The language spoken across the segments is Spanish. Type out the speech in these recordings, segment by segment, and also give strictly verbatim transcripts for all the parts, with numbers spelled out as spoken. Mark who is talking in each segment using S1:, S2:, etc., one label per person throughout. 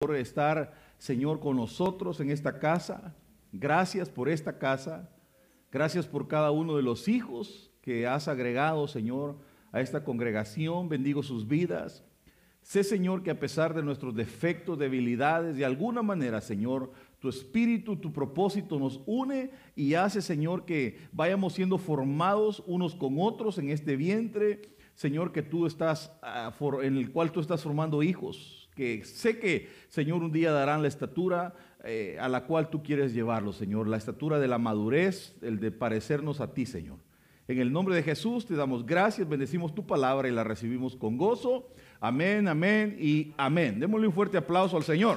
S1: por estar, Señor, con nosotros en esta casa. Gracias por esta casa. Gracias por cada uno de los hijos que has agregado, Señor, a esta congregación. Bendigo sus vidas. Sé, Señor, que a pesar de nuestros defectos, debilidades, de alguna manera, Señor, tu espíritu, tu propósito nos une y hace, Señor, que vayamos siendo formados unos con otros en este vientre, Señor, que tú estás, uh, for, en el cual tú estás formando hijos, que sé que, Señor, un día darán la estatura eh, a la cual tú quieres llevarlos, Señor, la estatura de la madurez, el de parecernos a ti, Señor. En el nombre de Jesús te damos gracias, bendecimos tu palabra y la recibimos con gozo. Amén, amén y amén. Démosle un fuerte aplauso al Señor.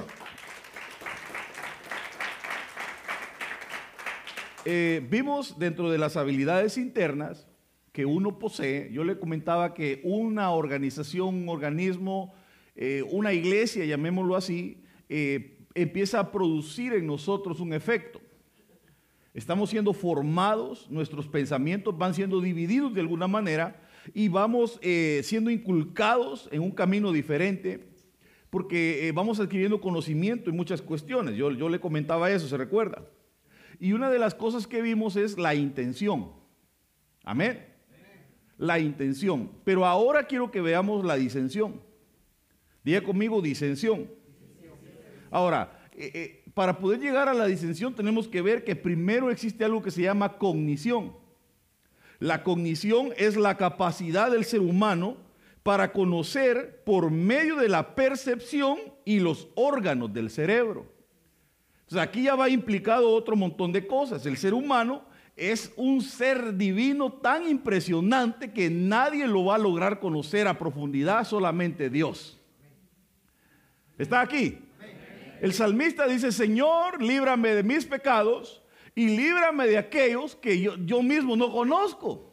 S1: Eh, vimos dentro de las habilidades internas que uno posee. Yo le comentaba que una organización, un organismo, eh, una iglesia, llamémoslo así, eh, empieza a producir en nosotros un efecto. Estamos siendo formados, nuestros pensamientos van siendo divididos de alguna manera y vamos eh, siendo inculcados en un camino diferente porque eh, vamos adquiriendo conocimiento en muchas cuestiones. Yo, yo le comentaba eso, ¿se recuerda? Y una de las cosas que vimos es la intención. Amén. La intención. Pero ahora quiero que veamos la disensión. Diga conmigo, disensión. Ahora, eh, eh, para poder llegar a la disensión tenemos que ver que primero existe algo que se llama cognición. La cognición es la capacidad del ser humano para conocer por medio de la percepción y los órganos del cerebro. Entonces aquí ya va implicado otro montón de cosas. El ser humano es un ser divino tan impresionante que nadie lo va a lograr conocer a profundidad, solamente Dios. ¿Está aquí? El salmista dice, Señor, líbrame de mis pecados y líbrame de aquellos que yo, yo mismo no conozco.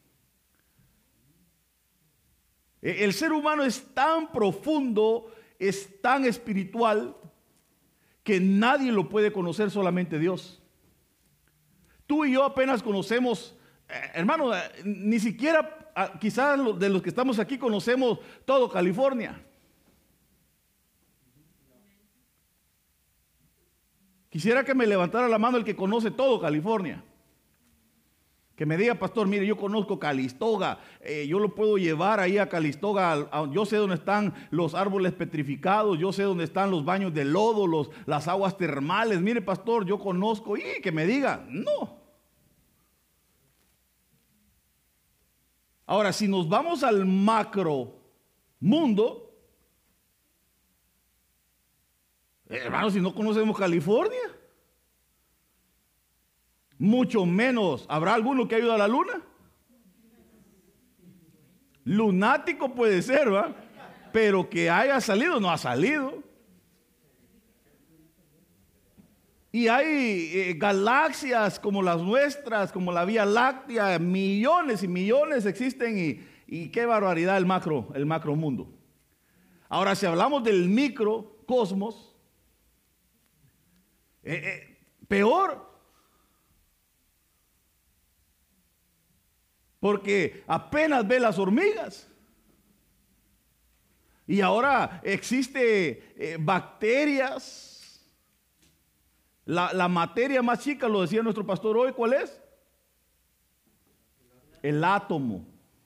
S1: El ser humano es tan profundo, es tan espiritual, que nadie lo puede conocer, solamente Dios. Tú y yo apenas conocemos, eh, hermano, eh, ni siquiera eh, quizás de los que estamos aquí conocemos todo California. Quisiera que me levantara la mano el que conoce todo California. Que me diga, pastor, mire, yo conozco Calistoga, eh, yo lo puedo llevar ahí a Calistoga, a, a, yo sé dónde están los árboles petrificados, yo sé dónde están los baños de lodo, los, las aguas termales. Mire, pastor, yo conozco, y que me diga, no. Ahora, si nos vamos al macro mundo, hermano, si no conocemos California, mucho menos, ¿habrá alguno que ha ido a la luna? Lunático puede ser, ¿va? Pero que haya salido, no ha salido. Y hay eh, galaxias como las nuestras, como la Vía Láctea, millones y millones existen y, y qué barbaridad el macro, el macro mundo. Ahora, si hablamos del microcosmos, eh, eh, peor. Porque apenas ve las hormigas. Y ahora existe eh, bacterias. La, la materia más chica, lo decía nuestro pastor hoy, ¿cuál es? El átomo.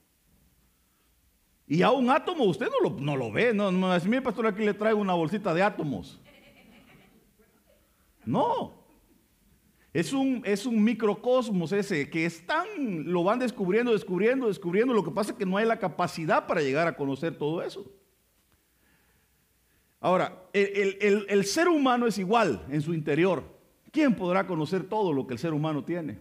S1: Y a un átomo usted no lo, no lo ve. No, no, es mi pastor, aquí le traigo una bolsita de átomos. No. Es un, es un microcosmos ese que están, lo van descubriendo, descubriendo, descubriendo. Lo que pasa es que no hay la capacidad para llegar a conocer todo eso. Ahora, el, el, el, el ser humano es igual en su interior. ¿Quién podrá conocer todo lo que el ser humano tiene?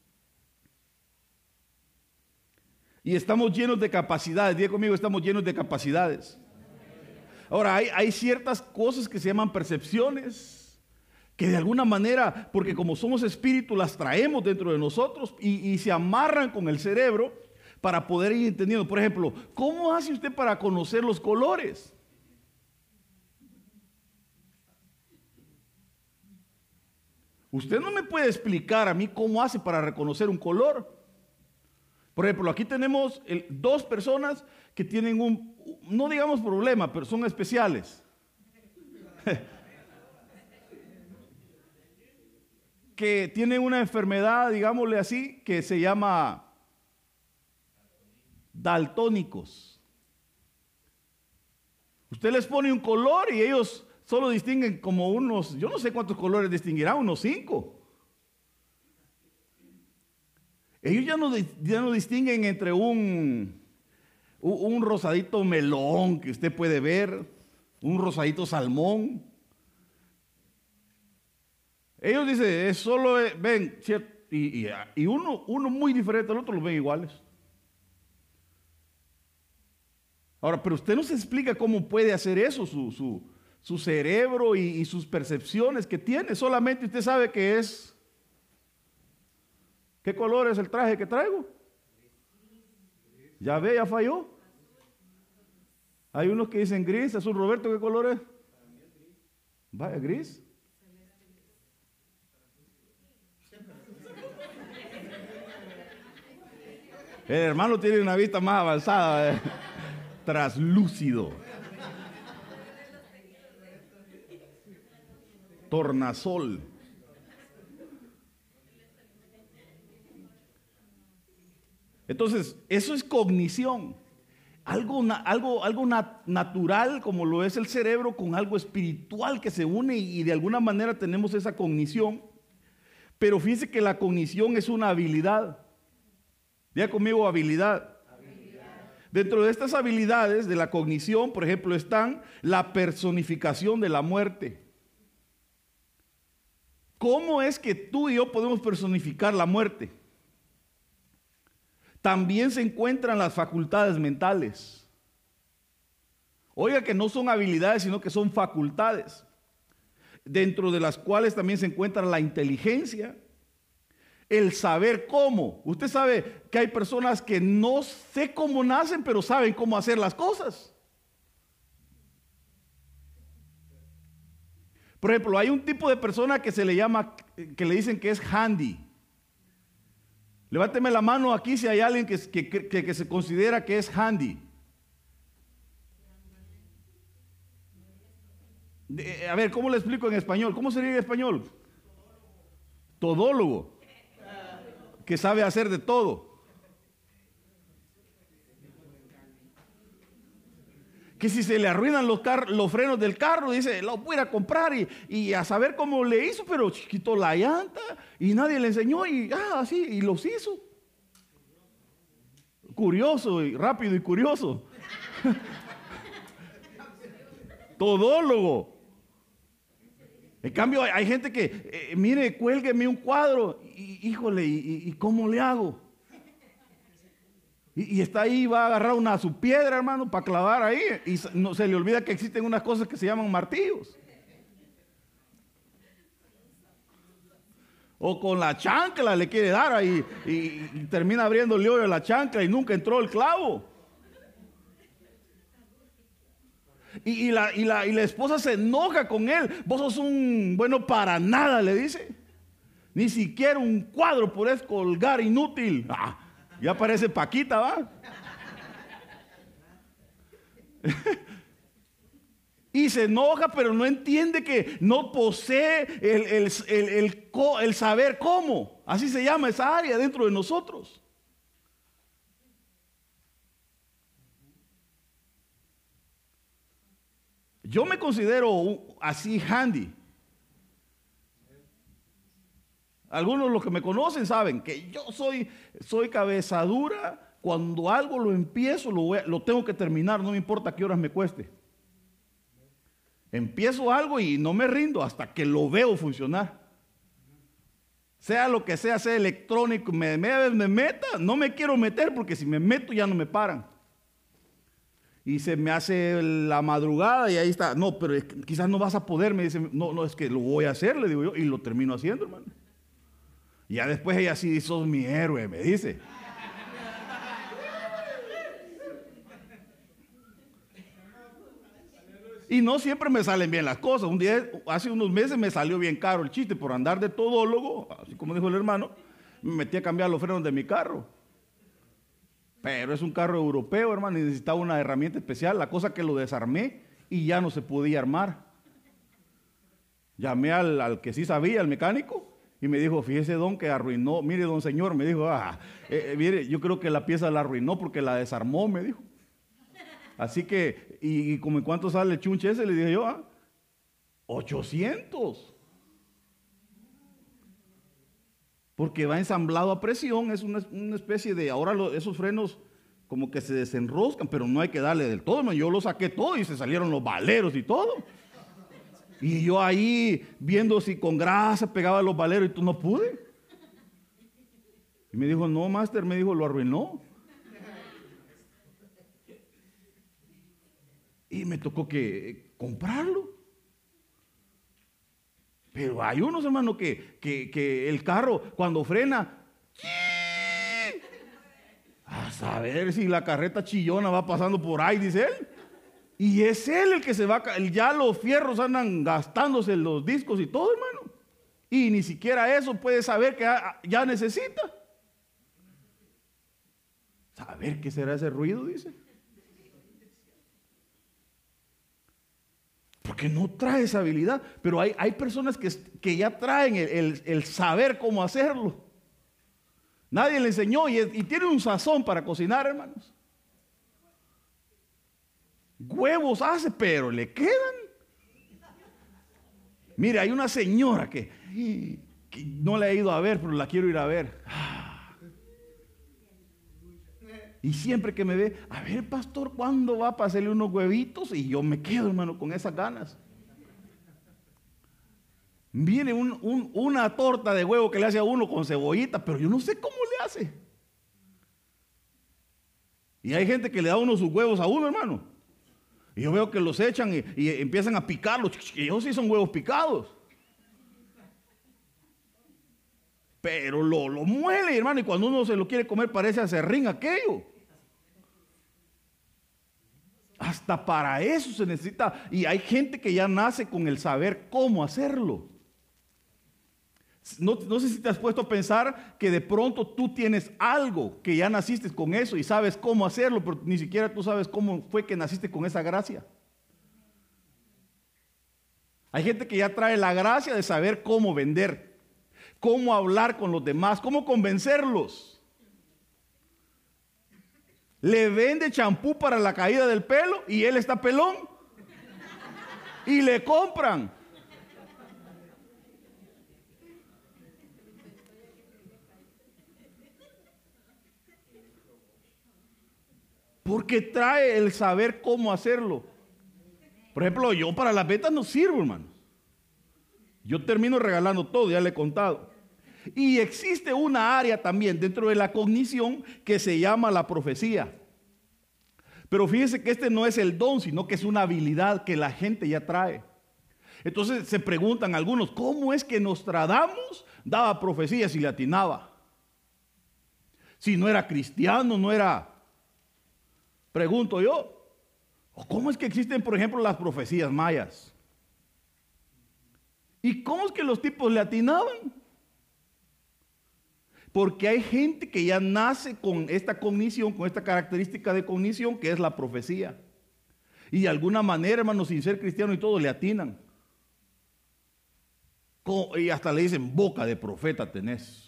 S1: Y estamos llenos de capacidades. Diga conmigo, estamos llenos de capacidades. Ahora, hay, hay ciertas cosas que se llaman percepciones, que de alguna manera, porque como somos espíritus, las traemos dentro de nosotros y, y se amarran con el cerebro para poder ir entendiendo. Por ejemplo, ¿cómo hace usted para conocer los colores? Usted no me puede explicar a mí cómo hace para reconocer un color. Por ejemplo, aquí tenemos el, dos personas que tienen un, no digamos problema, pero son especiales. que tienen una enfermedad, digámosle así, que se llama daltónicos. Usted les pone un color y ellos solo distinguen como unos, yo no sé cuántos colores distinguirán, unos cinco. Ellos ya no, ya no distinguen entre un, un rosadito melón que usted puede ver, un rosadito salmón. Ellos dicen, es solo, ven, y, y, y uno, uno muy diferente al otro los ven iguales. Ahora, pero usted no se explica cómo puede hacer eso, su, su, su cerebro y, y sus percepciones que tiene. Solamente usted sabe que es, ¿qué color es el traje que traigo? Ya ve, ya falló. Hay unos que dicen gris, azul. Roberto, ¿qué color es? Vaya, gris. El hermano tiene una vista más avanzada, eh. Traslúcido. Tornasol. Entonces, eso es cognición. Algo, algo, algo nat natural como lo es el cerebro con algo espiritual que se une y de alguna manera tenemos esa cognición. Pero fíjense que la cognición es una habilidad. Diga conmigo habilidad. habilidad. Dentro de estas habilidades de la cognición, por ejemplo, están la personificación de la muerte. ¿Cómo es que tú y yo podemos personificar la muerte? También se encuentran las facultades mentales. Oiga que no son habilidades, sino que son facultades, dentro de las cuales también se encuentra la inteligencia, el saber cómo. Usted sabe que hay personas que no sé cómo nacen, pero saben cómo hacer las cosas. Por ejemplo, hay un tipo de persona que se le llama, que le dicen que es handy. Levánteme la mano aquí si hay alguien que, que, que, que se considera que es handy. De, a ver, ¿cómo le explico en español? ¿Cómo sería en español? Todólogo. Que sabe hacer de todo. Que si se le arruinan los, los frenos del carro, dice, lo voy a ir a comprar y, y a saber cómo le hizo, pero quitó la llanta y nadie le enseñó y ah, así, y los hizo. Curioso y rápido y curioso. Todólogo. En cambio, hay, hay gente que, eh, mire, cuélgueme un cuadro, y, híjole, y, y cómo le hago? Y, y está ahí, va a agarrar una su piedra, hermano, para clavar ahí, y no, se le olvida que existen unas cosas que se llaman martillos. O con la chancla le quiere dar ahí, y, y termina abriendo el hoyo de la chancla y nunca entró el clavo. Y, y, la, y, la, y la esposa se enoja con él. Vos sos un bueno para nada, le dice. Ni siquiera un cuadro podés colgar, inútil. Ah, ya parece Paquita, ¿va? Y se enoja, pero no entiende que no posee el, el, el, el, el saber cómo. Así se llama esa área dentro de nosotros. Yo me considero así handy. Algunos de los que me conocen saben que yo soy, soy cabeza dura. Cuando algo lo empiezo, lo, voy a, lo tengo que terminar, no me importa qué horas me cueste. Empiezo algo y no me rindo hasta que lo veo funcionar. Sea lo que sea, sea electrónico, me, me, me meta, no me quiero meter porque si me meto ya no me paran. Y se me hace la madrugada y ahí está. No, pero es que quizás no vas a poder. Me dice, no, no, es que lo voy a hacer, le digo yo. Y lo termino haciendo, hermano. Y ya después ella sí, sos mi héroe, me dice. Y no siempre me salen bien las cosas. Un día, hace unos meses me salió bien caro el chiste por andar de todólogo, así como dijo el hermano. Me metí a cambiar los frenos de mi carro. Pero es un carro europeo, hermano, y necesitaba una herramienta especial. La cosa que lo desarmé y ya no se podía armar. Llamé al, al que sí sabía, al mecánico, y me dijo, fíjese don que arruinó, mire don señor, me dijo, ah, eh, mire, yo creo que la pieza la arruinó porque la desarmó, me dijo. Así que, ¿y, y como en cuánto sale el chunche ese? Le dije yo, ah, ochocientos. Porque va ensamblado a presión, es una, una especie de, ahora lo, esos frenos como que se desenroscan, pero no hay que darle del todo, man. Yo lo saqué todo y se salieron los valeros y todo. Y yo ahí viendo si con grasa pegaba los valeros y tú no pude. Y me dijo, no, máster, me dijo, lo arruinó. Y me tocó que comprarlo. Pero hay unos, hermanos, que, que, que el carro cuando frena, a saber si la carreta chillona va pasando por ahí, dice él. Y es él el que se va, ya los fierros andan gastándose los discos y todo, hermano. Y ni siquiera eso puede saber que ya necesita. Saber qué será ese ruido, dice. Porque no trae esa habilidad. Pero hay, hay personas que, que ya traen el, el, el saber cómo hacerlo. Nadie le enseñó y, y tiene un sazón para cocinar, hermanos. Huevos hace, pero le quedan. Mire, hay una señora que, que no la he ido a ver, pero la quiero ir a ver. Y siempre que me ve, a ver, pastor, ¿cuándo va para hacerle unos huevitos? Y yo me quedo, hermano, con esas ganas. Viene un, un, una torta de huevo que le hace a uno con cebollita, pero yo no sé cómo le hace. Y hay gente que le da uno sus huevos a uno, hermano. Y yo veo que los echan y, y empiezan a picarlos. Y ellos sí son huevos picados. Pero lo, lo muele, hermano, y cuando uno se lo quiere comer parece acerrín aquello. Hasta para eso se necesita, y hay gente que ya nace con el saber cómo hacerlo. No, no sé si te has puesto a pensar que de pronto tú tienes algo que ya naciste con eso y sabes cómo hacerlo, pero ni siquiera tú sabes cómo fue que naciste con esa gracia. Hay gente que ya trae la gracia de saber cómo vender, cómo hablar con los demás, cómo convencerlos. Le vende champú para la caída del pelo y él está pelón. Y le compran. Porque trae el saber cómo hacerlo. Por ejemplo, yo para las ventas no sirvo, hermano. Yo termino regalando todo, ya le he contado. Y existe una área también dentro de la cognición que se llama la profecía. Pero fíjese que este no es el don, sino que es una habilidad que la gente ya trae. Entonces se preguntan algunos, ¿cómo es que Nostradamus daba profecías y le atinaba? Si no era cristiano, no era, pregunto yo, ¿cómo es que existen, por ejemplo, las profecías mayas? ¿Y cómo es que los tipos le atinaban? Porque hay gente que ya nace con esta cognición, con esta característica de cognición que es la profecía. Y de alguna manera, hermano, sin ser cristiano y todo, le atinan. Y hasta le dicen, boca de profeta tenés.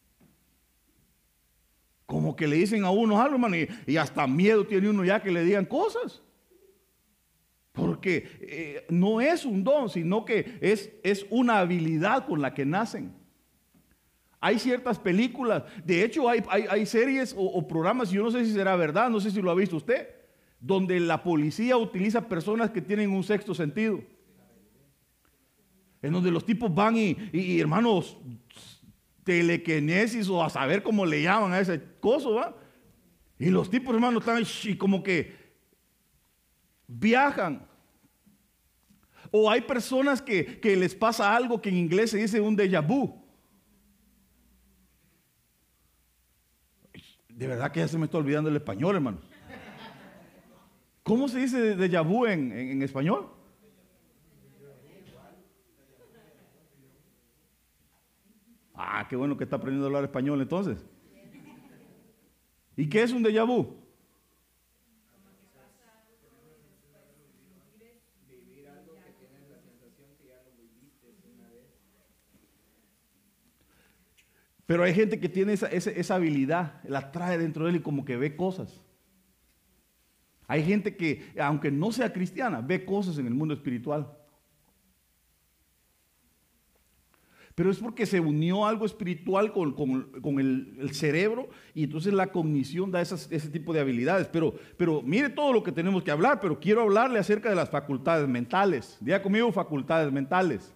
S1: Como que le dicen a uno algo, hermano, y, y hasta miedo tiene uno ya que le digan cosas. Porque eh, no es un don, sino que es, es una habilidad con la que nacen. Hay ciertas películas, de hecho hay, hay, hay series o, o programas, yo no sé si será verdad, no sé si lo ha visto usted, donde la policía utiliza personas que tienen un sexto sentido. En donde los tipos van y, y, y hermanos, telequinesis o a saber cómo le llaman a ese coso, ¿va? Y los tipos, hermanos, están y como que viajan. O hay personas que, que les pasa algo que en inglés se dice un déjà vu. De verdad que ya se me está olvidando el español, hermano. ¿Cómo se dice déjà vu en, en, en español? Ah, qué bueno que está aprendiendo a hablar español entonces. ¿Y qué es un déjà vu? Pero hay gente que tiene esa, esa, esa habilidad, la trae dentro de él y como que ve cosas. Hay gente que, aunque no sea cristiana, ve cosas en el mundo espiritual. Pero es porque se unió algo espiritual con, con, con el, el cerebro y entonces la cognición da esas, ese tipo de habilidades. Pero, pero mire todo lo que tenemos que hablar, pero quiero hablarle acerca de las facultades mentales. Diga conmigo, facultades mentales.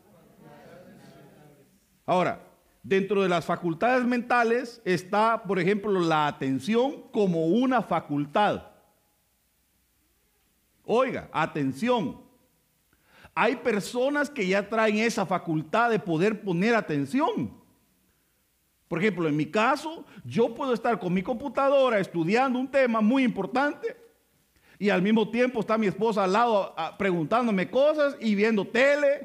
S1: Ahora, dentro de las facultades mentales está, por ejemplo, la atención como una facultad. Oiga, atención. Hay personas que ya traen esa facultad de poder poner atención. Por ejemplo, en mi caso, yo puedo estar con mi computadora estudiando un tema muy importante y al mismo tiempo está mi esposa al lado a, preguntándome cosas y viendo tele.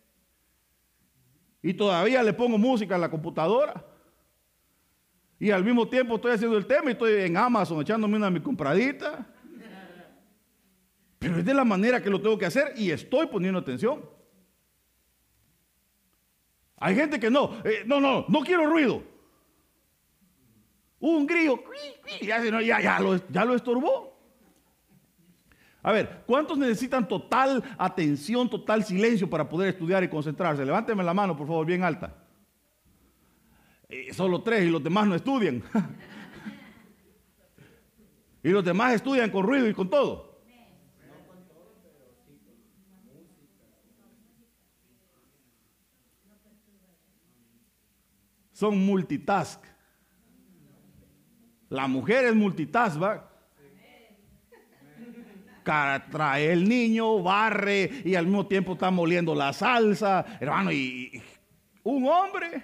S1: Y todavía le pongo música a la computadora. Y al mismo tiempo estoy haciendo el tema y estoy en Amazon echándome una de mis compraditas. Pero es de la manera que lo tengo que hacer y estoy poniendo atención. Hay gente que no, eh, no, no, no quiero ruido. Un grillo, ya, ya, ya, lo, ya lo estorbó. A ver, ¿cuántos necesitan total atención, total silencio para poder estudiar y concentrarse? Levánteme la mano, por favor, bien alta. Eh, solo tres y los demás no estudian. Y los demás estudian con ruido y con todo. Son multitask. La mujer es multitask, ¿va? Trae el niño, barre y al mismo tiempo está moliendo la salsa, hermano, y, y un hombre.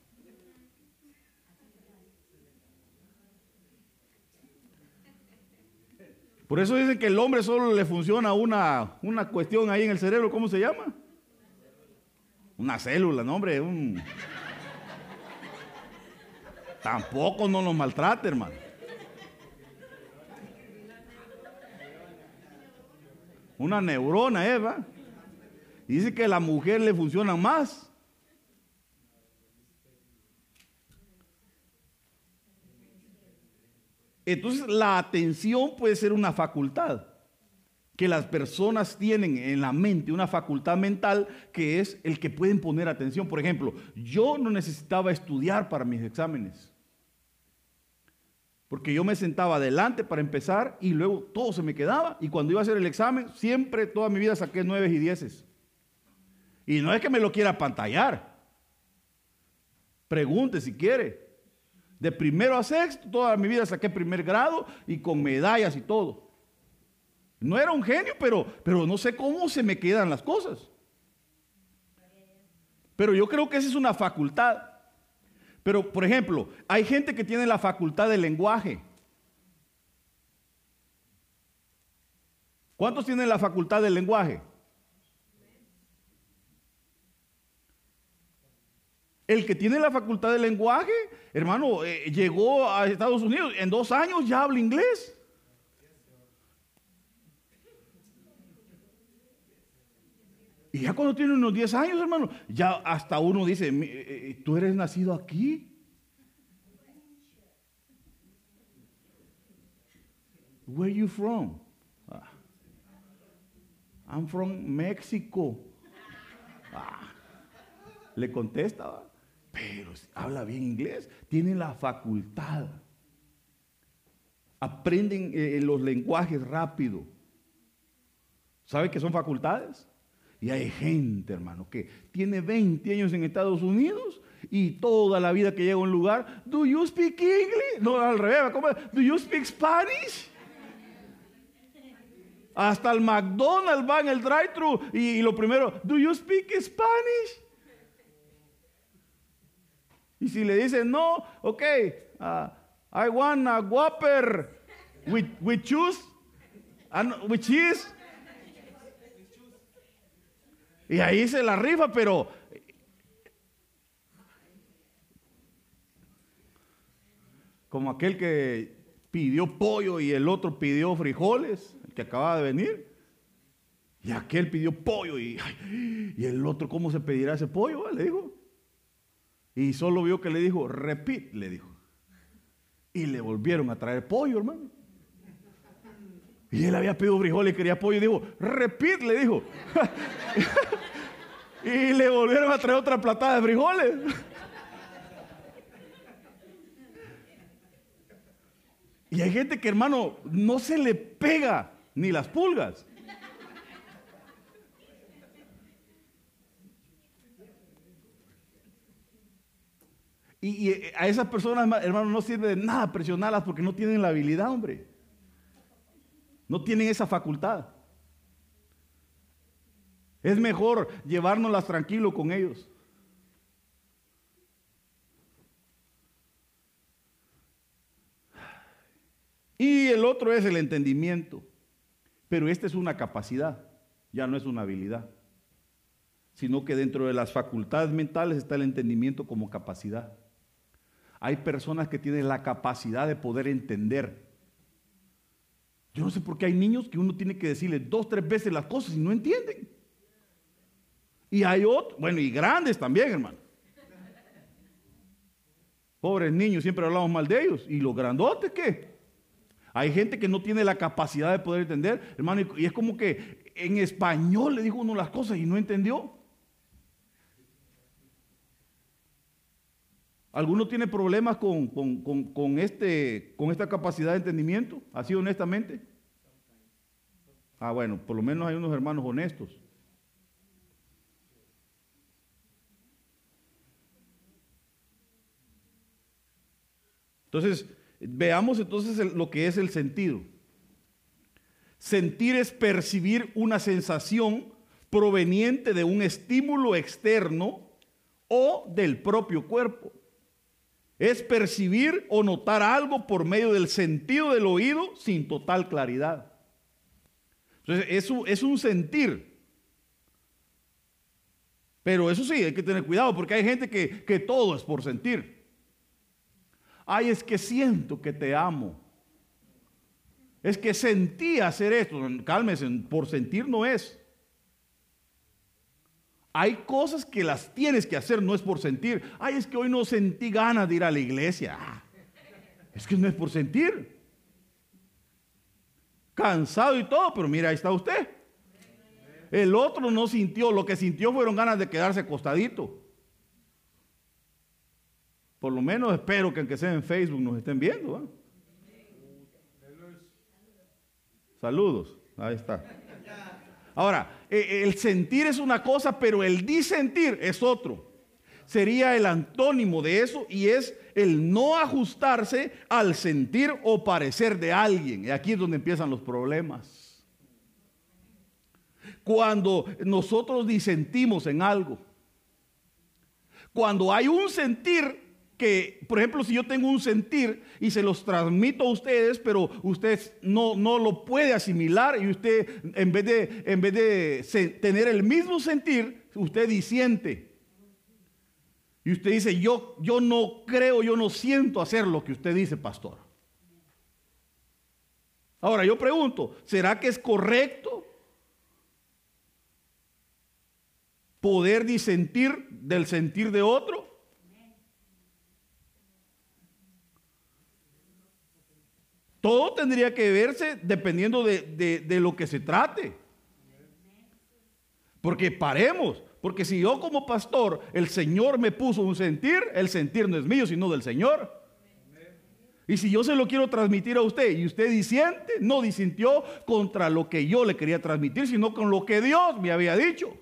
S1: Por eso dicen que el hombre solo le funciona una, una cuestión ahí en el cerebro, ¿cómo se llama? Una célula, no, hombre, un... Tampoco no nos maltrate, hermano. Una neurona, Eva. Y dice que a la mujer le funcionan más. Entonces, la atención puede ser una facultad que las personas tienen en la mente, una facultad mental que es el que pueden poner atención. Por ejemplo, yo no necesitaba estudiar para mis exámenes. Porque yo me sentaba adelante para empezar y luego todo se me quedaba. Y cuando iba a hacer el examen, siempre, toda mi vida saqué nueve y dieces. Y no es que me lo quiera pantallar. Pregunte si quiere. De primero a sexto, toda mi vida saqué primer grado y con medallas y todo. No era un genio, pero, pero no sé cómo se me quedan las cosas. Pero yo creo que esa es una facultad. Pero, por ejemplo, hay gente que tiene la facultad del lenguaje. ¿Cuántos tienen la facultad del lenguaje? El que tiene la facultad del lenguaje, hermano, eh, llegó a Estados Unidos, en dos años ya habla inglés. Y ya cuando tiene unos diez años, hermano, ya hasta uno dice, ¿tú eres nacido aquí? Where are you from? Ah, I'm from Mexico. Ah, le contesta, ¿va? Pero habla bien inglés, tiene la facultad. Aprenden eh, los lenguajes rápido. ¿Sabe qué son facultades? Y hay gente, hermano, que tiene veinte años en Estados Unidos y toda la vida que llega a un lugar, ¿do you speak English? No, al revés, ¿cómo? ¿Do you speak Spanish? Hasta el McDonald's va en el drive-thru y, y lo primero, ¿do you speak Spanish? Y si le dicen no, ok, uh, I want a Whopper with, with cheese, and with cheese. Y ahí se la rifa, pero como aquel que pidió pollo y el otro pidió frijoles, el que acababa de venir, y aquel pidió pollo y, y el otro, ¿cómo se pedirá ese pollo? Le dijo. Y solo vio que le dijo, repeat, le dijo. Y le volvieron a traer pollo, hermano. Y él había pedido frijoles y quería pollo y dijo, repeat, le dijo. Y le volvieron a traer otra platada de frijoles. Y hay gente que, hermano, no se le pega ni las pulgas. Y, y a esas personas, hermano, no sirve de nada presionarlas porque no tienen la habilidad, hombre. No tienen esa facultad. Es mejor llevárnoslas tranquilo con ellos. Y el otro es el entendimiento. Pero esta es una capacidad, ya no es una habilidad. Sino que dentro de las facultades mentales está el entendimiento como capacidad. Hay personas que tienen la capacidad de poder entender. Yo no sé por qué hay niños que uno tiene que decirles dos, tres veces las cosas y no entienden. Y hay otros, bueno, y grandes también, hermano. Pobres niños, siempre hablamos mal de ellos. ¿Y los grandotes qué? Hay gente que no tiene la capacidad de poder entender, hermano, y es como que en español le dijo uno las cosas y no entendió. ¿Alguno tiene problemas con, con, con, con, este, con esta capacidad de entendimiento? ¿Así honestamente? Ah, bueno, por lo menos hay unos hermanos honestos. Entonces, veamos entonces el, lo que es el sentido. Sentir es percibir una sensación proveniente de un estímulo externo o del propio cuerpo. Es percibir o notar algo por medio del sentido del oído sin total claridad. Entonces, eso es un sentir. Pero eso sí, hay que tener cuidado porque hay gente que, que todo es por sentir. Ay, es que siento que te amo. Es que sentí hacer esto. Cálmese, por sentir no es. Hay cosas que las tienes que hacer, no es por sentir. Ay, es que hoy no sentí ganas de ir a la iglesia. Ah, es que no es por sentir. Cansado y todo, pero mira, ahí está usted. El otro no sintió, lo que sintió fueron ganas de quedarse acostadito. Por lo menos espero que aunque sea en Facebook nos estén viendo. ¿eh? Saludos, ahí está. Ahora, el sentir es una cosa, pero el disentir es otro. Sería el antónimo de eso y es el no ajustarse al sentir o parecer de alguien. Y aquí es donde empiezan los problemas. Cuando nosotros disentimos en algo, cuando hay un sentir que, por ejemplo, si yo tengo un sentir y se los transmito a ustedes, pero usted no, no lo puede asimilar y usted en vez de, en vez de se, tener el mismo sentir, usted disiente. Y usted dice, yo, yo no creo, yo no siento hacer lo que usted dice, pastor. Ahora yo pregunto, ¿será que es correcto poder disentir del sentir de otro? Todo tendría que verse dependiendo de, de, de lo que se trate. Porque paremos, porque si yo como pastor, el Señor me puso un sentir, el sentir no es mío, sino del Señor. Y si yo se lo quiero transmitir a usted y usted disiente, no disintió contra lo que yo le quería transmitir, sino con lo que Dios me había dicho.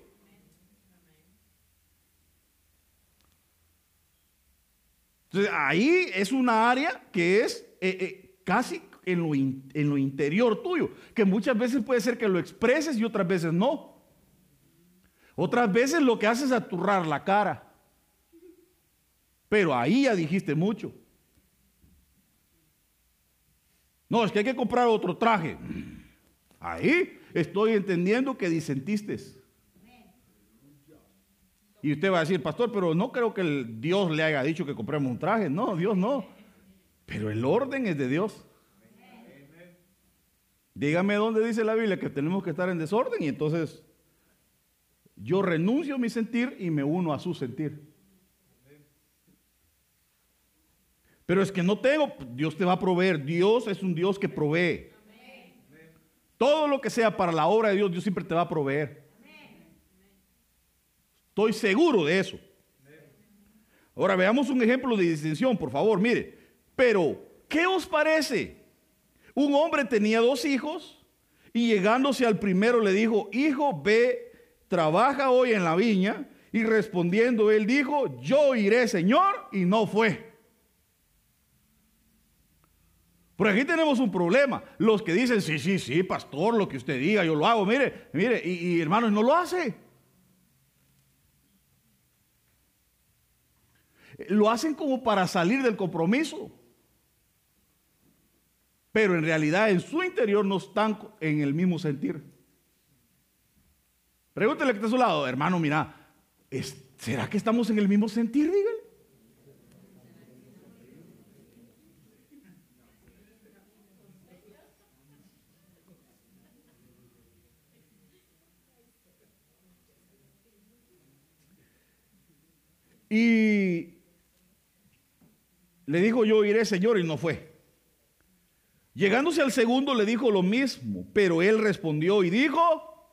S1: Entonces ahí es una área que es eh, eh, casi en lo, in, en lo interior tuyo, que muchas veces puede ser que lo expreses y otras veces no. Otras veces lo que haces es aturrar la cara. Pero ahí ya dijiste mucho. No, es que hay que comprar otro traje. Ahí estoy entendiendo que disentiste. Y usted va a decir, pastor, pero no creo que el Dios le haya dicho que compremos un traje. No, Dios no. Pero el orden es de Dios. Dígame dónde dice la Biblia que tenemos que estar en desorden y entonces yo renuncio a mi sentir y me uno a su sentir. Pero es que no tengo, Dios te va a proveer. Dios es un Dios que provee. Todo lo que sea para la obra de Dios, Dios siempre te va a proveer. Estoy seguro de eso. Ahora veamos un ejemplo de distinción, por favor, mire. Pero, ¿qué os parece? Un hombre tenía dos hijos y llegándose al primero le dijo: hijo, ve, trabaja hoy en la viña. Y respondiendo él dijo: yo iré, Señor, y no fue. Por aquí tenemos un problema. Los que dicen: sí, sí, sí, pastor, lo que usted diga, yo lo hago. Mire, mire, y, y hermanos, no lo hace. Lo hacen como para salir del compromiso. Pero en realidad en su interior no están en el mismo sentir. Pregúntele que está a su lado: hermano, mira, ¿es, ¿será que estamos en el mismo sentir? Dígale. Y le dijo: yo iré, Señor, y no fue. Llegándose al segundo le dijo lo mismo, pero él respondió y dijo: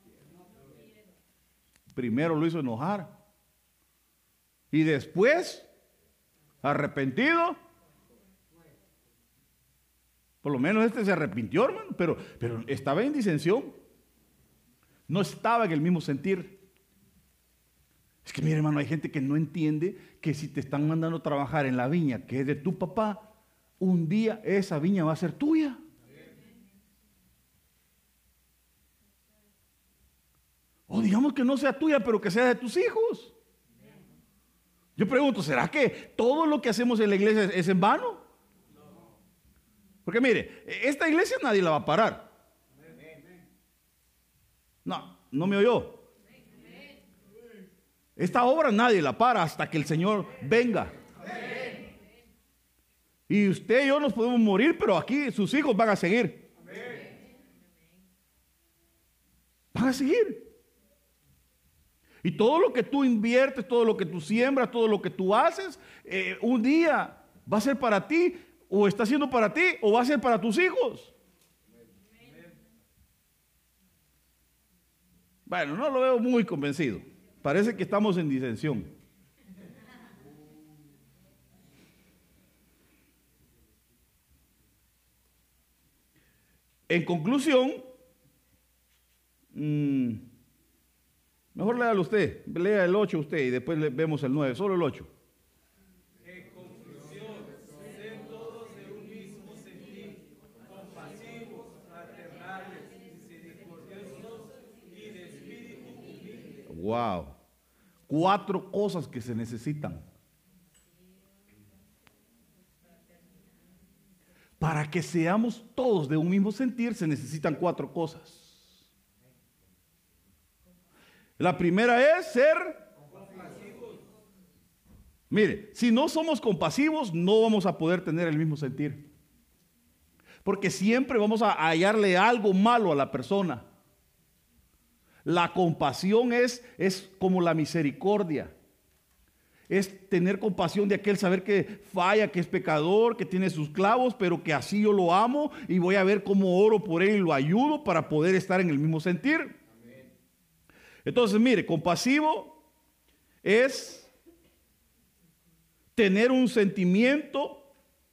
S1: primero lo hizo enojar y después, arrepentido. Por lo menos este se arrepintió, hermano, pero, pero estaba en disensión. No estaba en el mismo sentir. Es que mire, hermano, hay gente que no entiende que si te están mandando a trabajar en la viña que es de tu papá, un día esa viña va a ser tuya. O digamos que no sea tuya, pero que sea de tus hijos. Yo pregunto, ¿será que todo lo que hacemos en la iglesia es en vano? Porque mire, esta iglesia nadie la va a parar. No, no me oyó. Esta obra nadie la para hasta que el Señor venga. Y usted y yo nos podemos morir, pero aquí sus hijos van a seguir. Van a seguir. Y todo lo que tú inviertes, todo lo que tú siembras, todo lo que tú haces, eh, un día va a ser para ti, o está siendo para ti, o va a ser para tus hijos. Bueno, no lo veo muy convencido. Parece que estamos en disensión. En conclusión, mmm, mejor léalo usted, lea el ocho usted y después le vemos el nueve, solo el ocho.
S2: En conclusión, sed todos de un mismo sentir, compasivos, fraternales, misericordiosos y de espíritu humilde.
S1: Wow. Cuatro cosas que se necesitan para que seamos todos de un mismo sentir. Se necesitan cuatro cosas. La primera es ser compasivos. Mire, si no somos compasivos, no vamos a poder tener el mismo sentir, porque siempre vamos a hallarle algo malo a la persona. La compasión es, es como la misericordia. Es tener compasión de aquel, saber que falla, que es pecador, que tiene sus clavos, pero que así yo lo amo y voy a ver cómo oro por él y lo ayudo para poder estar en el mismo sentir. Amén. Entonces, mire, compasivo es tener un sentimiento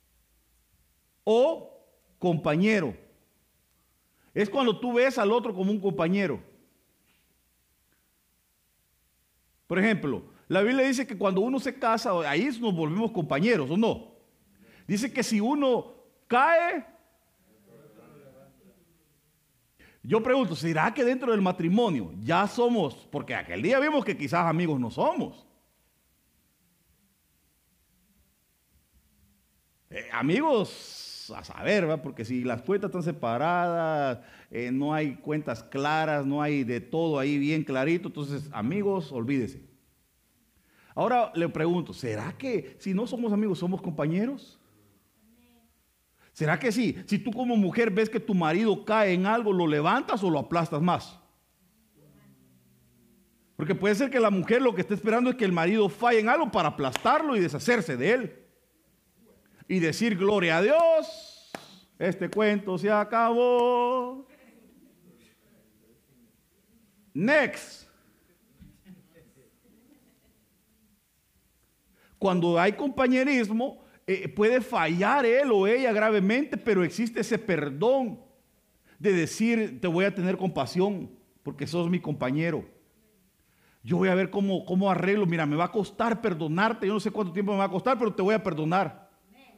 S1: o compañero. Es cuando tú ves al otro como un compañero. Por ejemplo, la Biblia dice que cuando uno se casa, ahí nos volvemos compañeros, ¿o no? Dice que si uno cae, yo pregunto, ¿será que dentro del matrimonio ya somos? Porque aquel día vimos que quizás amigos no somos. Eh, amigos, a saber, ¿va? Porque si las cuentas están separadas, eh, no hay cuentas claras, no hay de todo ahí bien clarito, entonces amigos, olvídese. Ahora le pregunto, ¿será que si no somos amigos somos compañeros? ¿Será que sí? Si tú como mujer ves que tu marido cae en algo, ¿lo levantas o lo aplastas más? Porque puede ser que la mujer lo que esté esperando es que el marido falle en algo para aplastarlo y deshacerse de él. y decir gloria a Dios, este cuento se acabó. Next. Cuando hay compañerismo, eh, puede fallar él o ella gravemente, pero existe ese perdón de decir, te voy a tener compasión porque sos mi compañero. Yo voy a ver cómo, cómo arreglo. Mira, me va a costar perdonarte. Yo no sé cuánto tiempo me va a costar, pero te voy a perdonar.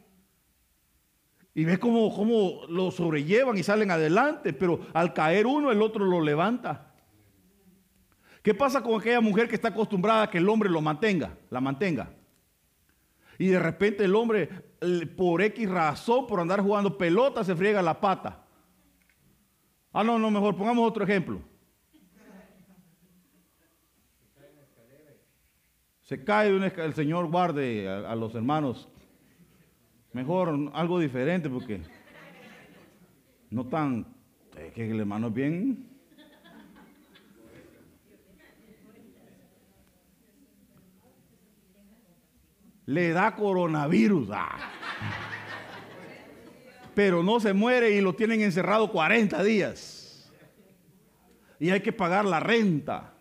S1: Y ves cómo, cómo lo sobrellevan y salen adelante, pero al caer uno, el otro lo levanta. ¿Qué pasa con aquella mujer que está acostumbrada a que el hombre lo mantenga, la mantenga? Y de repente el hombre, por X razón, por andar jugando pelota, se friega la pata. Ah, no, no, mejor pongamos otro ejemplo. Se cae de una escalera, el Señor guarde a, a los hermanos. Mejor algo diferente porque no tan, es que el hermano es bien. Le da coronavirus. Ah. Pero no se muere y lo tienen encerrado cuarenta días. Y hay que pagar la renta.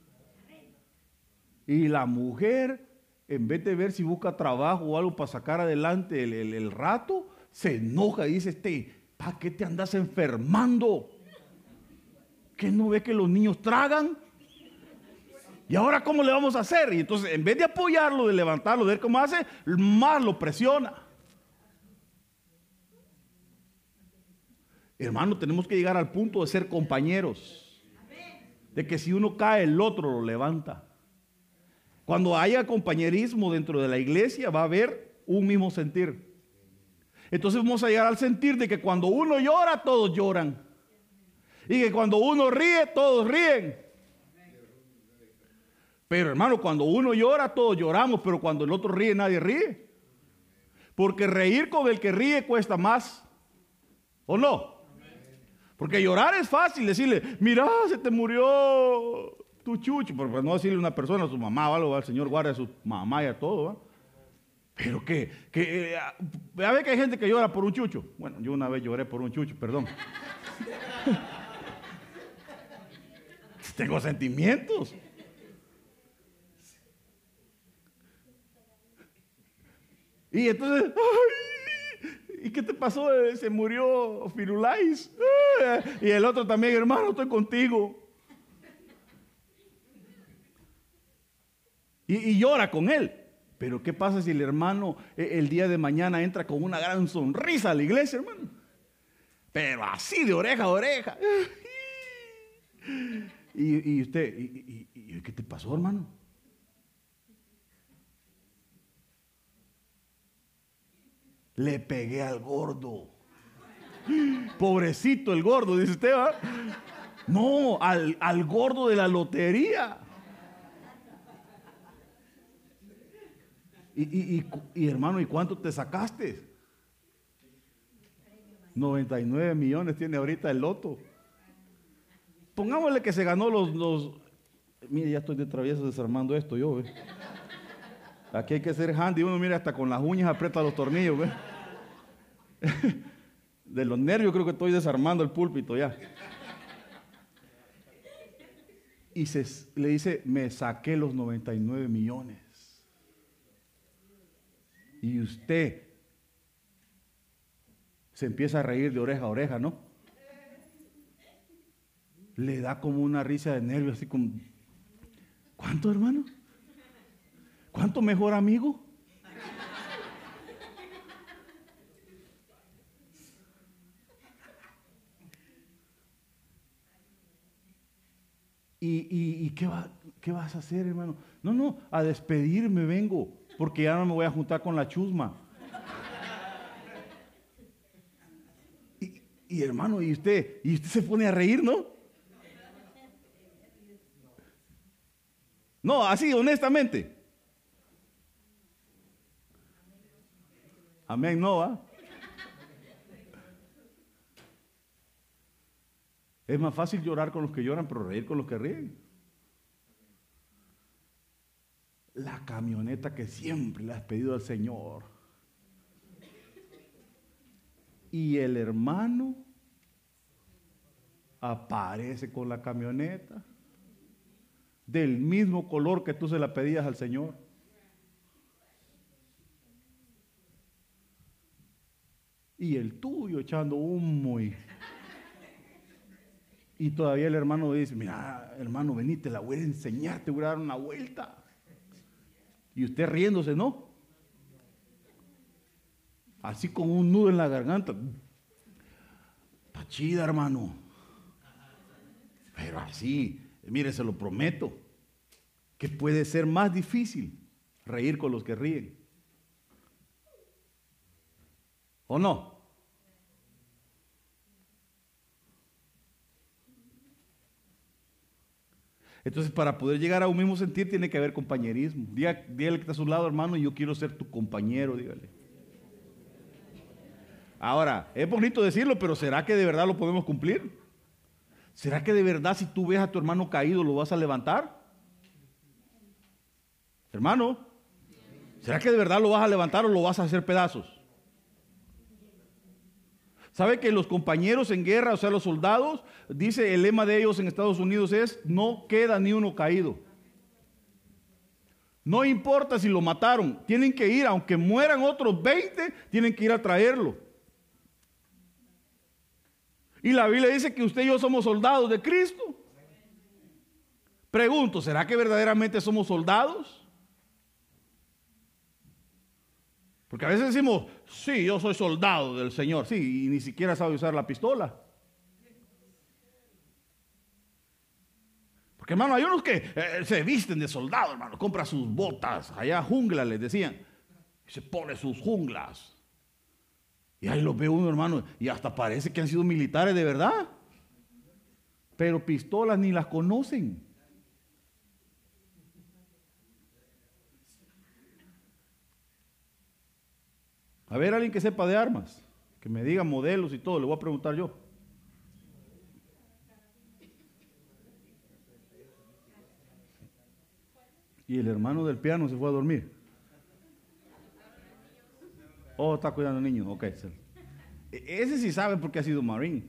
S1: Y la mujer, en vez de ver si busca trabajo o algo para sacar adelante el, el, el rato, se enoja y dice, este, ¿para qué te andas enfermando? ¿Qué no ve que los niños tragan? ¿Y ahora cómo le vamos a hacer? Y entonces, en vez de apoyarlo, de levantarlo, de ver cómo hace, más lo presiona. Hermano, tenemos que llegar al punto de ser compañeros. De que si uno cae, el otro lo levanta. Cuando haya compañerismo dentro de la iglesia, va a haber un mismo sentir. Entonces vamos a llegar al sentir de que cuando uno llora, todos lloran. Y que cuando uno ríe, todos ríen. Pero hermano, cuando uno llora, todos lloramos, pero cuando el otro ríe, nadie ríe. Porque reír con el que ríe cuesta más. ¿O no? Porque llorar es fácil, decirle, mira, se te murió tu chucho. Pero no decirle a una persona, a su mamá o algo, al Señor guarde a su mamá y a todo, ¿va? Pero que, que eh, a ver que hay gente que llora por un chucho. Bueno, yo una vez lloré por un chucho, perdón. Tengo sentimientos. Y entonces, ay, ¿y qué te pasó? Se murió Firulais. Y el otro también, hermano, estoy contigo. Y, y llora con él. Pero ¿qué pasa si el hermano el día de mañana entra con una gran sonrisa a la iglesia, hermano? Pero así de oreja a oreja. Y, y usted, y, y, y, ¿qué te pasó, hermano? Le pegué al gordo. Pobrecito el gordo, dice usted, ¿va? No, al, al gordo de la lotería. Y, y, y, y hermano, ¿y cuánto te sacaste? noventa y nueve millones tiene ahorita el loto. Pongámosle que se ganó los... los mire, ya estoy de travieso desarmando esto yo, ¿ve? Aquí hay que ser handy, uno mira hasta con las uñas aprieta los tornillos, ¿ve? De los nervios creo que estoy desarmando el púlpito ya. Y se, le dice, me saqué los noventa y nueve millones. Y usted se empieza a reír de oreja a oreja, ¿no? Le da como una risa de nervios, así como, ¿cuánto, hermano? ¿Cuánto mejor amigo? ¿Y, y, y qué, va, qué vas a hacer, hermano? No, no, a despedirme vengo, porque ya no me voy a juntar con la chusma. Y, y hermano, y usted, y usted se pone a reír, ¿no? No, así, honestamente. Amén, no, ¿va? Es más fácil llorar con los que lloran, pero reír con los que ríen. La camioneta que siempre le has pedido al Señor. Y el hermano aparece con la camioneta del mismo color que tú se la pedías al Señor. Y el tuyo echando humo y, y todavía el hermano dice, mira, hermano, vení, te la voy a enseñar, te voy a dar una vuelta. Y usted riéndose, ¿no? Así con un nudo en la garganta. Está chida, hermano. Pero así, mire, se lo prometo, que puede ser más difícil reír con los que ríen. ¿O no? Entonces, para poder llegar a un mismo sentir, tiene que haber compañerismo. Dígale, dígale que está a su lado, hermano, y yo quiero ser tu compañero, dígale. Ahora, es bonito decirlo, pero ¿será que de verdad lo podemos cumplir? ¿Será que de verdad si tú ves a tu hermano caído lo vas a levantar? Hermano, ¿será que de verdad lo vas a levantar o lo vas a hacer pedazos? ¿Sabe que los compañeros en guerra, o sea, los soldados, dice el lema de ellos en Estados Unidos es, no queda ni uno caído? No importa si lo mataron, tienen que ir, aunque mueran otros veinte, tienen que ir a traerlo. Y la Biblia dice que usted y yo somos soldados de Cristo. Pregunto, ¿será que verdaderamente somos soldados? Porque a veces decimos, sí, yo soy soldado del Señor, sí, y ni siquiera sabe usar la pistola. Porque hermano, hay unos que eh, se visten de soldado, hermano, compra sus botas, allá junglas les decían, y se pone sus junglas. Y ahí los ve uno, hermano, y hasta parece que han sido militares de verdad. Pero pistolas ni las conocen. A ver, alguien que sepa de armas, que me diga modelos y todo, le voy a preguntar yo. Y el hermano del piano se fue a dormir. Oh, está cuidando al niño. Ok. Ese sí sabe porque ha sido Marine.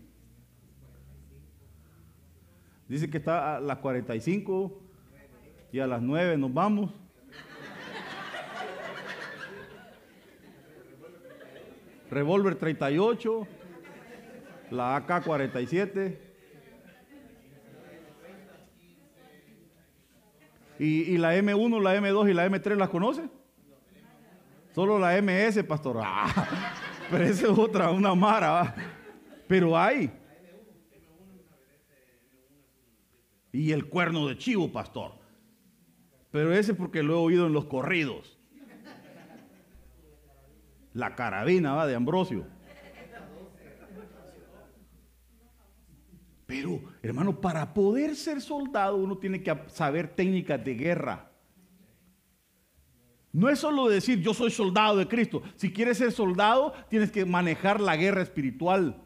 S1: Dice que está a las cuarenta y cinco y a las nueve nos vamos. Revólver treinta y ocho, la A K cuarenta y siete. ¿Y, y la M uno, la M dos y la M tres las conoce? Solo la M S, pastor. Ah, pero esa es otra, una mara. ¿Va? Pero hay. Y el cuerno de chivo, pastor. Pero ese porque lo he oído en los corridos. La carabina, va, de Ambrosio. Pero, hermano, para poder ser soldado uno tiene que saber técnicas de guerra. No es solo decir yo soy soldado de Cristo. Si quieres ser soldado, tienes que manejar la guerra espiritual.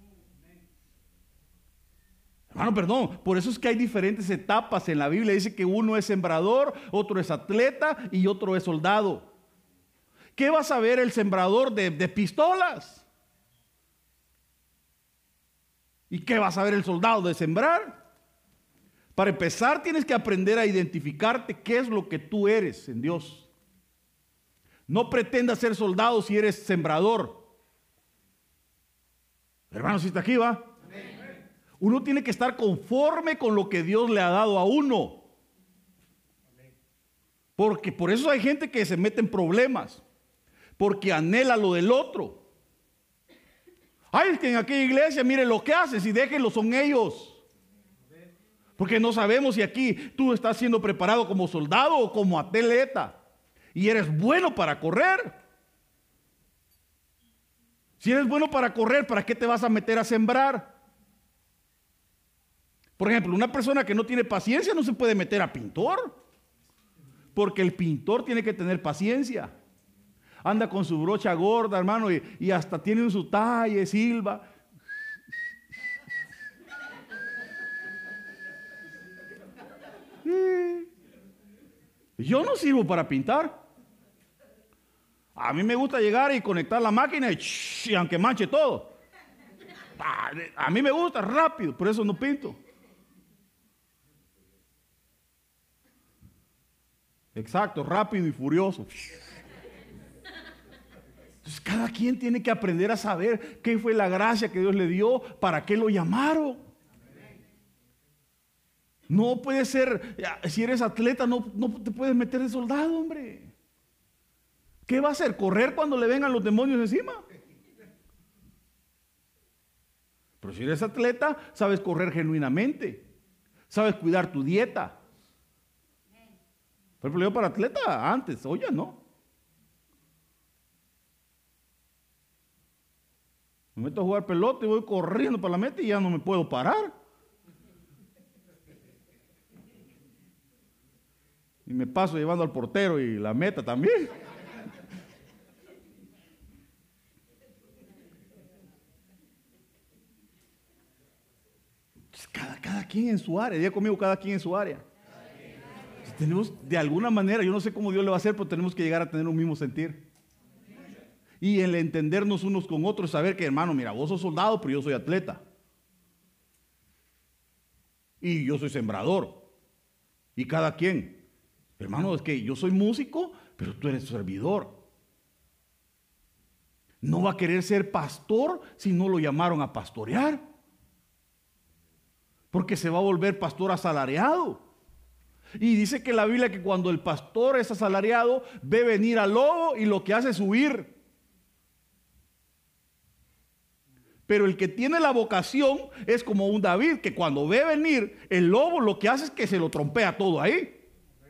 S1: Hermano, perdón, por eso es que hay diferentes etapas en la Biblia. Dice que uno es sembrador, otro es atleta y otro es soldado. ¿Qué va a saber el sembrador de, de pistolas? ¿Y qué va a saber el soldado de sembrar? Para empezar, tienes que aprender a identificarte qué es lo que tú eres en Dios. No pretendas ser soldado si eres sembrador. Hermano, si está aquí, va. Uno tiene que estar conforme con lo que Dios le ha dado a uno. Porque por eso hay gente que se mete en problemas. Porque anhela lo del otro. Ay, es que en aquella iglesia, mire lo que haces y déjenlo, son ellos. Porque no sabemos si aquí tú estás siendo preparado como soldado o como atleta. Y eres bueno para correr. Si eres bueno para correr, ¿para qué te vas a meter a sembrar? Por ejemplo, una persona que no tiene paciencia no se puede meter a pintor. Porque el pintor tiene que tener paciencia. Anda con su brocha gorda, hermano, y, y hasta tiene su talle, silba. Yo no sirvo para pintar. A mí me gusta llegar y conectar la máquina y, y aunque manche todo. A mí me gusta rápido, por eso no pinto. Exacto, rápido y furioso. Entonces cada quien tiene que aprender a saber qué fue la gracia que Dios le dio, para qué lo llamaron. No puede ser, si eres atleta, no, no te puedes meter de soldado, hombre. ¿Qué va a hacer? ¿Correr cuando le vengan los demonios encima? Pero si eres atleta, sabes correr genuinamente, sabes cuidar tu dieta. Por ejemplo, yo para atleta antes, hoy ya no. Me meto a jugar pelota y voy corriendo para la meta y ya no me puedo parar. Y me paso llevando al portero y la meta también. Cada, cada quien en su área, diga conmigo, cada quien en su área. Tenemos, de alguna manera, yo no sé cómo Dios le va a hacer, pero tenemos que llegar a tener un mismo sentir. Y el entendernos unos con otros, saber que, hermano, mira, vos sos soldado, pero yo soy atleta. Y yo soy sembrador. Y cada quien. Hermano, es que yo soy músico, pero tú eres servidor. No va a querer ser pastor si no lo llamaron a pastorear. Porque se va a volver pastor asalariado. Y dice que la Biblia que cuando el pastor es asalariado, ve venir al lobo y lo que hace es huir. Pero el que tiene la vocación es como un David, que cuando ve venir el lobo, lo que hace es que se lo trompea todo ahí.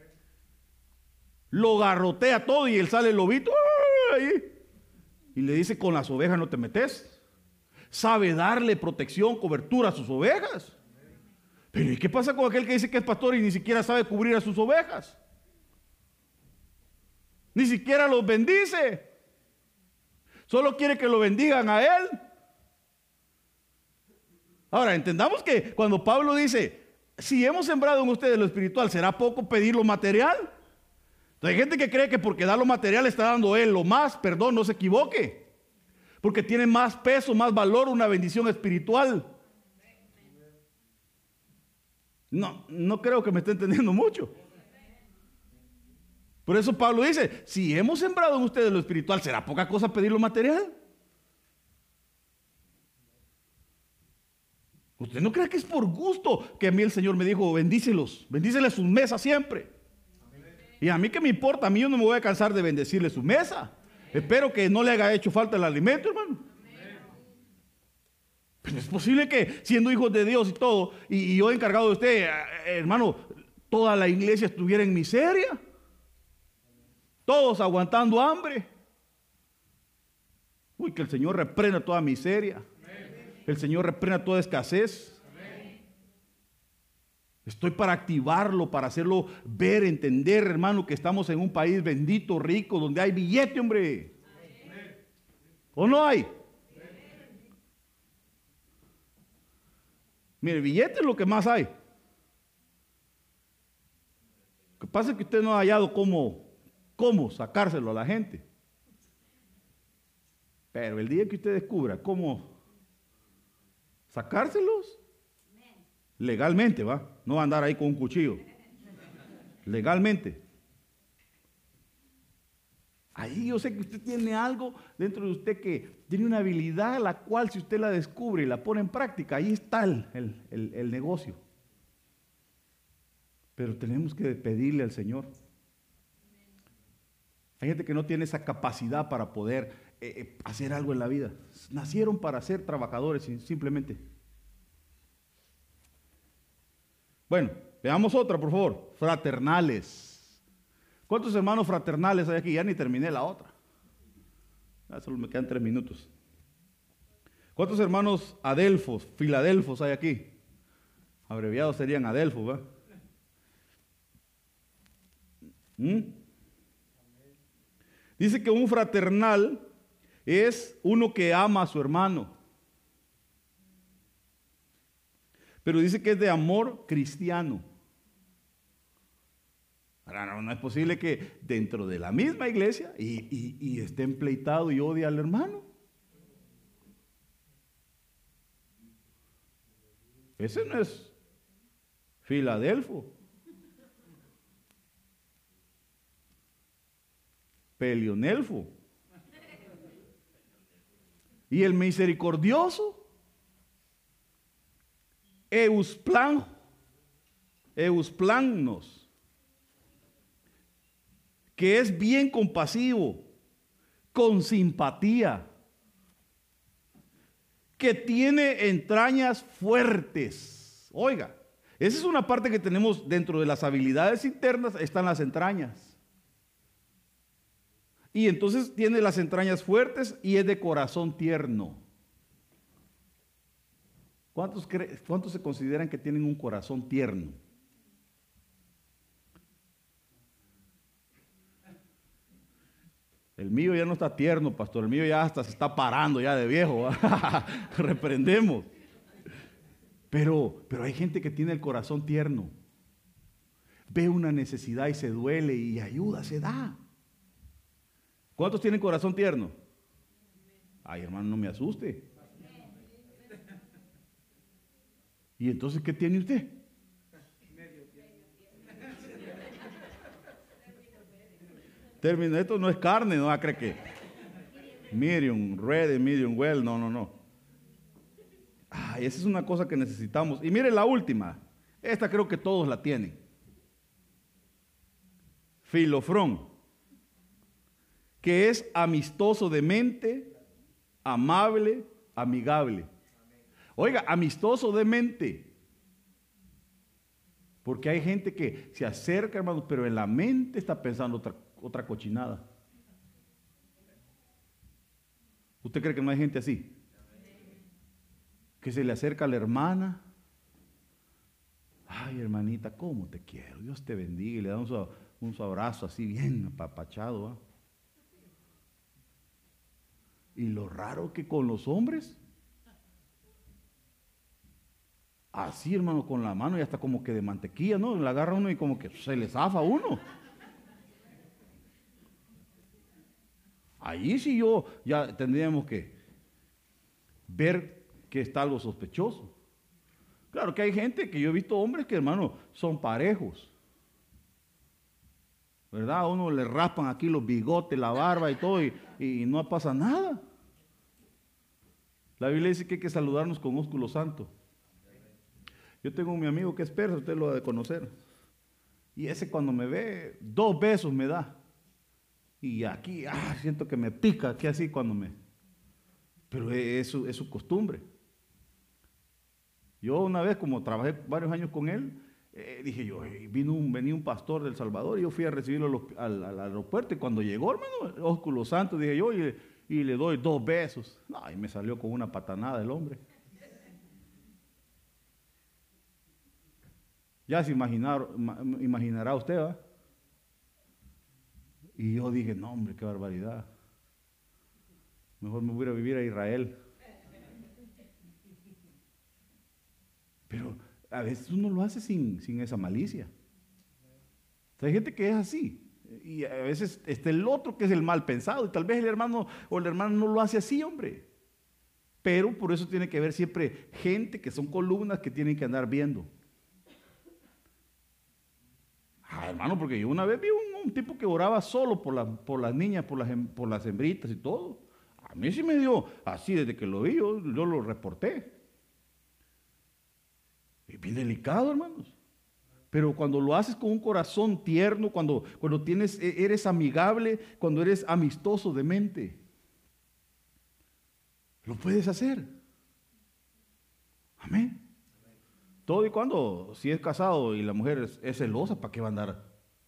S1: Lo garrotea todo y él sale el lobito ahí. Y le dice, con las ovejas no te metes. Sabe darle protección, cobertura a sus ovejas. Pero ¿y qué pasa con aquel que dice que es pastor y ni siquiera sabe cubrir a sus ovejas? Ni siquiera los bendice. Solo quiere que lo bendigan a él. Ahora, entendamos que cuando Pablo dice, si hemos sembrado en ustedes lo espiritual, ¿será poco pedir lo material? Entonces, hay gente que cree que porque da lo material está dando él lo más. Perdón, no se equivoque. Porque tiene más peso, más valor una bendición espiritual. No, no creo que me esté entendiendo mucho. Por eso Pablo dice, si hemos sembrado en ustedes lo espiritual, ¿será poca cosa pedir lo material? Usted no cree que es por gusto que a mí el Señor me dijo, bendícelos, bendíceles sus mesas siempre. Y a mí qué me importa, a mí yo no me voy a cansar de bendecirle su mesa. Espero que no le haya hecho falta el alimento, hermano. Pero es posible que siendo hijos de Dios y todo, y, y yo encargado de usted, eh, hermano, toda la iglesia estuviera en miseria. Todos aguantando hambre. Uy, que el Señor reprenda toda miseria. El Señor reprenda toda escasez. Estoy para activarlo, para hacerlo ver, entender, hermano, que estamos en un país bendito, rico, donde hay billete, hombre. ¿O no hay? Mire, billete es lo que más hay. Lo que pasa es que usted no ha hallado cómo, cómo sacárselo a la gente. Pero el día que usted descubra cómo sacárselos, legalmente, ¿va? No va a andar ahí con un cuchillo. Legalmente. Ahí yo sé que usted tiene algo dentro de usted que tiene una habilidad, la cual si usted la descubre y la pone en práctica, ahí está el, el, el, el negocio. Pero tenemos que pedirle al Señor. Hay gente que no tiene esa capacidad para poder eh, hacer algo en la vida. Nacieron para ser trabajadores simplemente. Bueno, veamos otra, por favor. Fraternales. ¿Cuántos hermanos fraternales hay aquí? Ya ni terminé la otra. Ya solo me quedan tres minutos. ¿Cuántos hermanos adelfos, filadelfos hay aquí? Abreviados serían adelfos, ¿va? ¿Mm? Dice que un fraternal es uno que ama a su hermano. Pero dice que es de amor cristiano. Ahora, no, no es posible que dentro de la misma iglesia y, y, y esté empleitado y odie al hermano. Ese no es Filadelfo. Pelionelfo. Y el misericordioso, Eusplan, Eusplannos, que es bien compasivo, con simpatía, que tiene entrañas fuertes. Oiga, esa es una parte que tenemos dentro de las habilidades internas, están las entrañas. Y entonces tiene las entrañas fuertes y es de corazón tierno. ¿Cuántos, cre- cuántos se consideran que tienen un corazón tierno? El mío ya no está tierno, pastor. El mío ya hasta se está parando ya de viejo. Reprendemos. Pero, pero hay gente que tiene el corazón tierno. Ve una necesidad y se duele y ayuda, se da. ¿Cuántos tienen corazón tierno? Ay, hermano, no me asuste. ¿Y entonces qué tiene usted? Término, esto no es carne, no cree que medium, red, medium well, no, no, no. Ay, esa es una cosa que necesitamos. Y mire la última, esta creo que todos la tienen. Filofrón, que es amistoso de mente, amable, amigable. Oiga, amistoso de mente. Porque hay gente que se acerca, hermanos, pero en la mente está pensando otra, otra cochinada. ¿Usted cree que no hay gente así? Que se le acerca a la hermana. Ay, hermanita, ¿cómo te quiero? Dios te bendiga. Y le da un, su, un su abrazo así bien apapachado. ¿eh? Y lo raro que con los hombres, así, hermano, con la mano y hasta como que de mantequilla, ¿no? La agarra uno y como que se le zafa a uno. Ahí sí yo ya tendríamos que ver que está algo sospechoso. Claro que hay gente que yo he visto hombres que, hermano, son parejos. ¿Verdad? A uno le raspan aquí los bigotes, la barba y todo y, y no pasa nada. La Biblia dice que hay que saludarnos con ósculo santo. Yo tengo un mi amigo que es persa, usted lo ha de conocer. Y ese cuando me ve, dos besos me da. Y aquí, ah, siento que me pica, aquí así cuando me... Pero es su, es su costumbre. Yo una vez, como trabajé varios años con él, eh, dije yo, vino un, venía un pastor del Salvador y yo fui a recibirlo al, al, al aeropuerto y cuando llegó, hermano, ósculo santo, dije yo, y, y le doy dos besos. No, y me salió con una patanada el hombre. Ya se imaginar, imaginará usted, ¿va? Y yo dije, no, hombre, qué barbaridad. Mejor me voy a vivir a Israel. Pero a veces uno lo hace sin, sin esa malicia. O sea, hay gente que es así. Y a veces está el otro que es el mal pensado. Y tal vez el hermano o la hermana no lo hace así, hombre. Pero por eso tiene que haber siempre gente que son columnas que tienen que andar viendo. Ah, hermano, porque yo una vez vi un, un tipo que oraba solo por, la, por las niñas, por las, por las hembritas y todo. A mí sí me dio así, desde que lo vi, yo, yo lo reporté. Es bien delicado, hermanos. Pero cuando lo haces con un corazón tierno, cuando, cuando tienes, eres amigable, cuando eres amistoso de mente, lo puedes hacer. Amén. Todo y cuando, si es casado y la mujer es, es celosa, ¿para qué va a andar?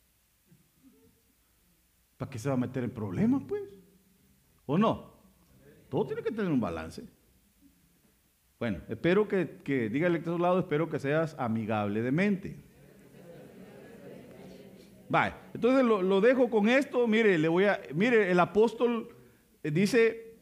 S1: ¿Para qué se va a meter en problemas, pues? ¿O no? Todo tiene que tener un balance. Bueno, espero que, que dígale a tu lado, espero que seas amigable de mente. Vale, entonces lo, lo dejo con esto. Mire, le voy a, mire, el apóstol dice,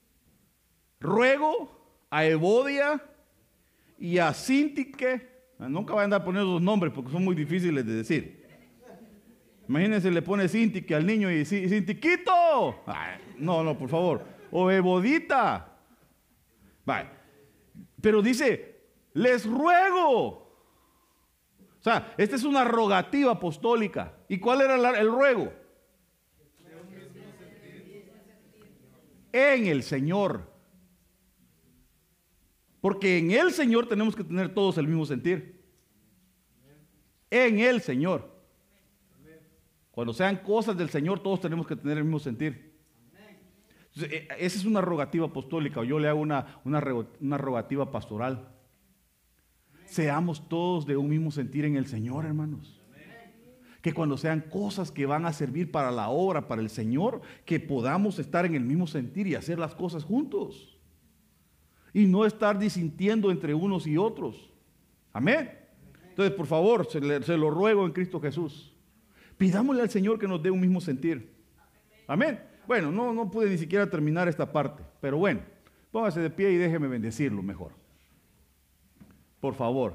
S1: ruego a Evodia y a Sintique, nunca vayan a andar poniendo esos nombres porque son muy difíciles de decir. Imagínense, le pone Sintique al niño y Sintiquito. Ay, no, no, por favor. O Evodita. Vale. Pero dice, les ruego. O sea, esta es una rogativa apostólica. ¿Y cuál era la, el ruego? En el Señor. Porque en el Señor tenemos que tener todos el mismo sentir. En el Señor. Cuando sean cosas del Señor, todos tenemos que tener el mismo sentir. Entonces, esa es una rogativa apostólica. O yo le hago una, una, una rogativa pastoral. Seamos todos de un mismo sentir en el Señor, hermanos. Que cuando sean cosas que van a servir para la obra, para el Señor, que podamos estar en el mismo sentir y hacer las cosas juntos. Y no estar disintiendo entre unos y otros. Amén. Entonces, por favor, se, le, se lo ruego en Cristo Jesús. Pidámosle al Señor que nos dé un mismo sentir. Amén. Bueno, no, no pude ni siquiera terminar esta parte. Pero bueno, póngase de pie y déjeme bendecirlo mejor. Por favor.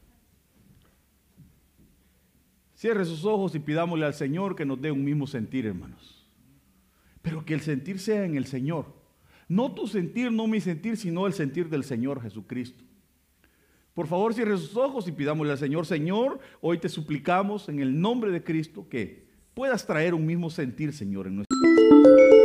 S1: Cierre sus ojos y pidámosle al Señor que nos dé un mismo sentir, hermanos. Pero que el sentir sea en el Señor. No tu sentir, no mi sentir, sino el sentir del Señor Jesucristo. Por favor, cierre sus ojos y pidámosle al Señor. Señor, hoy te suplicamos en el nombre de Cristo que puedas traer un mismo sentir, Señor, en nuestro